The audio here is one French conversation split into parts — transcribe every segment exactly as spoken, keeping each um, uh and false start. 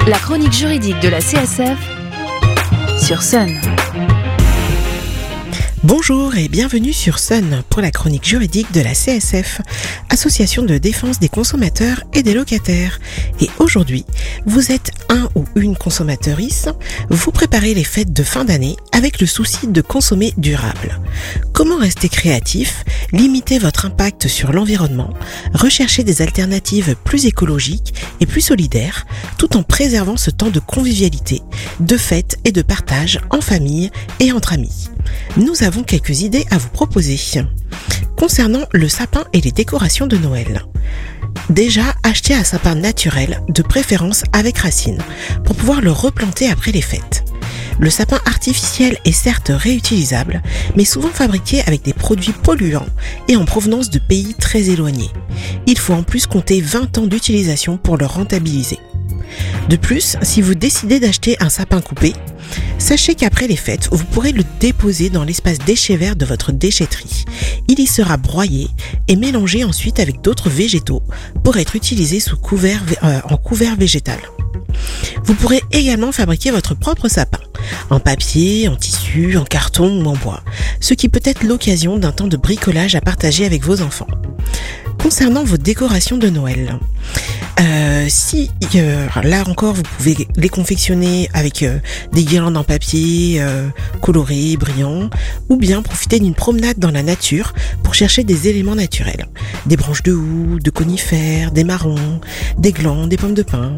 La chronique juridique de la C S F sur Sun. Bonjour et bienvenue sur Sun pour la chronique juridique de la C S F, Association de défense des consommateurs et des locataires. Et aujourd'hui, vous êtes un ou une consommateurice, vous préparez les fêtes de fin d'année avec le souci de consommer durable. Comment rester créatif, limiter votre impact sur l'environnement, rechercher des alternatives plus écologiques et plus solidaires, tout en préservant ce temps de convivialité, de fête et de partage en famille et entre amis. Nous avons quelques idées à vous proposer. Concernant le sapin et les décorations de Noël. Déjà, achetez un sapin naturel, de préférence avec racines, pour pouvoir le replanter après les fêtes. Le sapin artificiel est certes réutilisable, mais souvent fabriqué avec des produits polluants et en provenance de pays très éloignés. Il faut en plus compter vingt ans d'utilisation pour le rentabiliser. De plus, si vous décidez d'acheter un sapin coupé, sachez qu'après les fêtes, vous pourrez le déposer dans l'espace déchets verts de votre déchetterie. Il y sera broyé et mélangé ensuite avec d'autres végétaux pour être utilisé sous couvert, euh, en couvert végétal. Vous pourrez également fabriquer votre propre sapin, en papier, en tissu, en carton ou en bois, ce qui peut être l'occasion d'un temps de bricolage à partager avec vos enfants. Concernant vos décorations de Noël, euh, si euh, là encore vous pouvez les confectionner avec euh, des guirlandes en papier euh, colorés, brillants, ou bien profiter d'une promenade dans la nature pour chercher des éléments naturels, des branches de houx, de conifères, des marrons, des glands, des pommes de pin.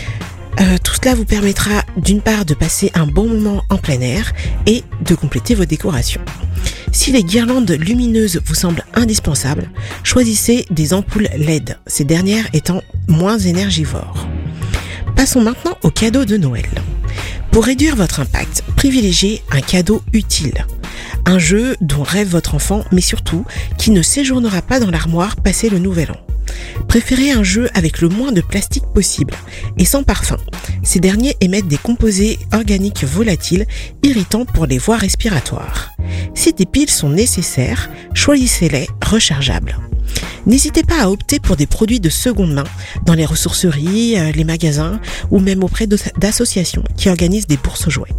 Euh, tout cela vous permettra d'une part de passer un bon moment en plein air et de compléter vos décorations. Si les guirlandes lumineuses vous semblent indispensables, choisissez des ampoules L E D, ces dernières étant moins énergivores. Passons maintenant aux cadeaux de Noël. Pour réduire votre impact, privilégiez un cadeau utile. Un jeu dont rêve votre enfant, mais surtout qui ne séjournera pas dans l'armoire passé le nouvel an. Préférez un jeu avec le moins de plastique possible et sans parfum. Ces derniers émettent des composés organiques volatiles irritants pour les voies respiratoires. Si des piles sont nécessaires, choisissez-les rechargeables. N'hésitez pas à opter pour des produits de seconde main dans les ressourceries, les magasins ou même auprès d'associations qui organisent des bourses aux jouets.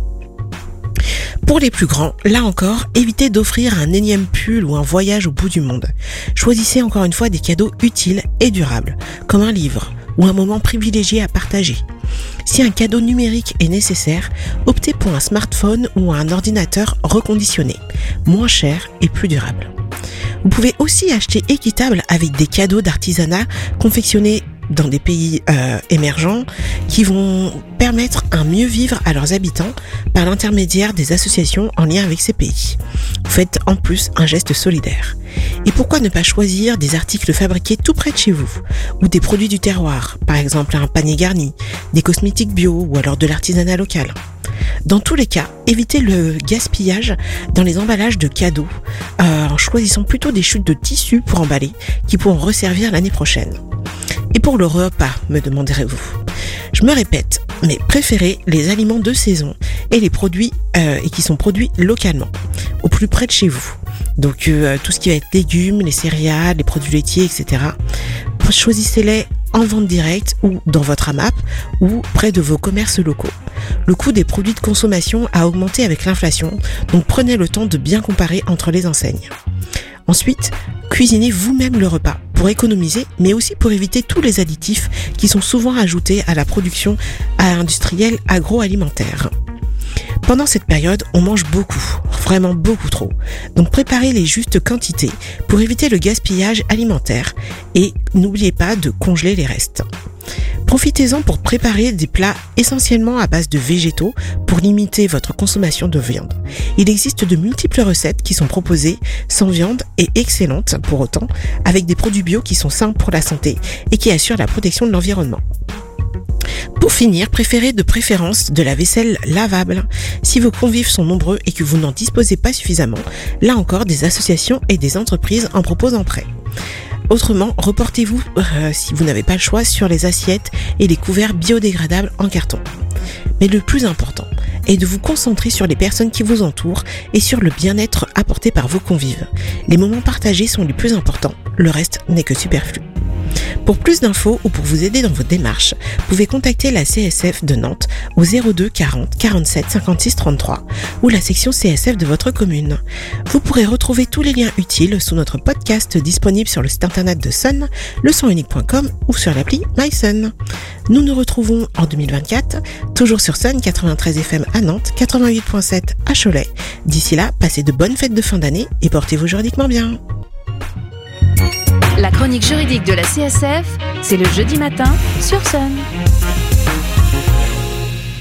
Pour les plus grands, là encore, évitez d'offrir un énième pull ou un voyage au bout du monde. Choisissez encore une fois des cadeaux utiles et durables, comme un livre ou un moment privilégié à partager. Si un cadeau numérique est nécessaire, optez pour un smartphone ou un ordinateur reconditionné, moins cher et plus durable. Vous pouvez aussi acheter équitable avec des cadeaux d'artisanat confectionnés dans des pays euh, émergents qui vont permettre un mieux vivre à leurs habitants par l'intermédiaire des associations en lien avec ces pays. Vous faites en plus un geste solidaire. Et pourquoi ne pas choisir des articles fabriqués tout près de chez vous ou des produits du terroir, par exemple un panier garni, des cosmétiques bio ou alors de l'artisanat local. Dans tous les cas, évitez le gaspillage dans les emballages de cadeaux euh, en choisissant plutôt des chutes de tissu pour emballer qui pourront resservir l'année prochaine. Et pour le repas, me demanderez-vous. Je me répète, mais préférez les aliments de saison et les produits euh, et qui sont produits localement, au plus près de chez vous. Donc euh, tout ce qui va être légumes, les céréales, les produits laitiers, et cetera. Choisissez-les en vente directe ou dans votre AMAP ou près de vos commerces locaux. Le coût des produits de consommation a augmenté avec l'inflation, donc prenez le temps de bien comparer entre les enseignes. Ensuite, cuisinez vous-même le repas pour économiser, mais aussi pour éviter tous les additifs qui sont souvent ajoutés à la production industrielle agroalimentaire. Pendant cette période, on mange beaucoup, vraiment beaucoup trop. Donc préparez les justes quantités pour éviter le gaspillage alimentaire et n'oubliez pas de congeler les restes. Profitez-en pour préparer des plats essentiellement à base de végétaux pour limiter votre consommation de viande. Il existe de multiples recettes qui sont proposées sans viande et excellentes pour autant, avec des produits bio qui sont sains pour la santé et qui assurent la protection de l'environnement. Pour finir, préférez de préférence de la vaisselle lavable. Si vos convives sont nombreux et que vous n'en disposez pas suffisamment, là encore, des associations et des entreprises en proposent en prêt. Autrement, reportez-vous, euh, si vous n'avez pas le choix, sur les assiettes et les couverts biodégradables en carton. Mais le plus important est de vous concentrer sur les personnes qui vous entourent et sur le bien-être apporté par vos convives. Les moments partagés sont les plus importants, le reste n'est que superflu. Pour plus d'infos ou pour vous aider dans vos démarches, vous pouvez contacter la C S F de Nantes au zéro deux quarante quarante-sept cinquante-six trente-trois ou la section C S F de votre commune. Vous pourrez retrouver tous les liens utiles sous notre podcast disponible sur le site internet de Sun, le son unique point com ou sur l'appli MySun. Nous nous retrouvons en deux mille vingt-quatre, toujours sur Sun quatre-vingt-treize F M à Nantes, quatre-vingt-huit point sept à Cholet. D'ici là, passez de bonnes fêtes de fin d'année et portez-vous juridiquement bien. La chronique juridique de la C S F, c'est le jeudi matin sur Sun.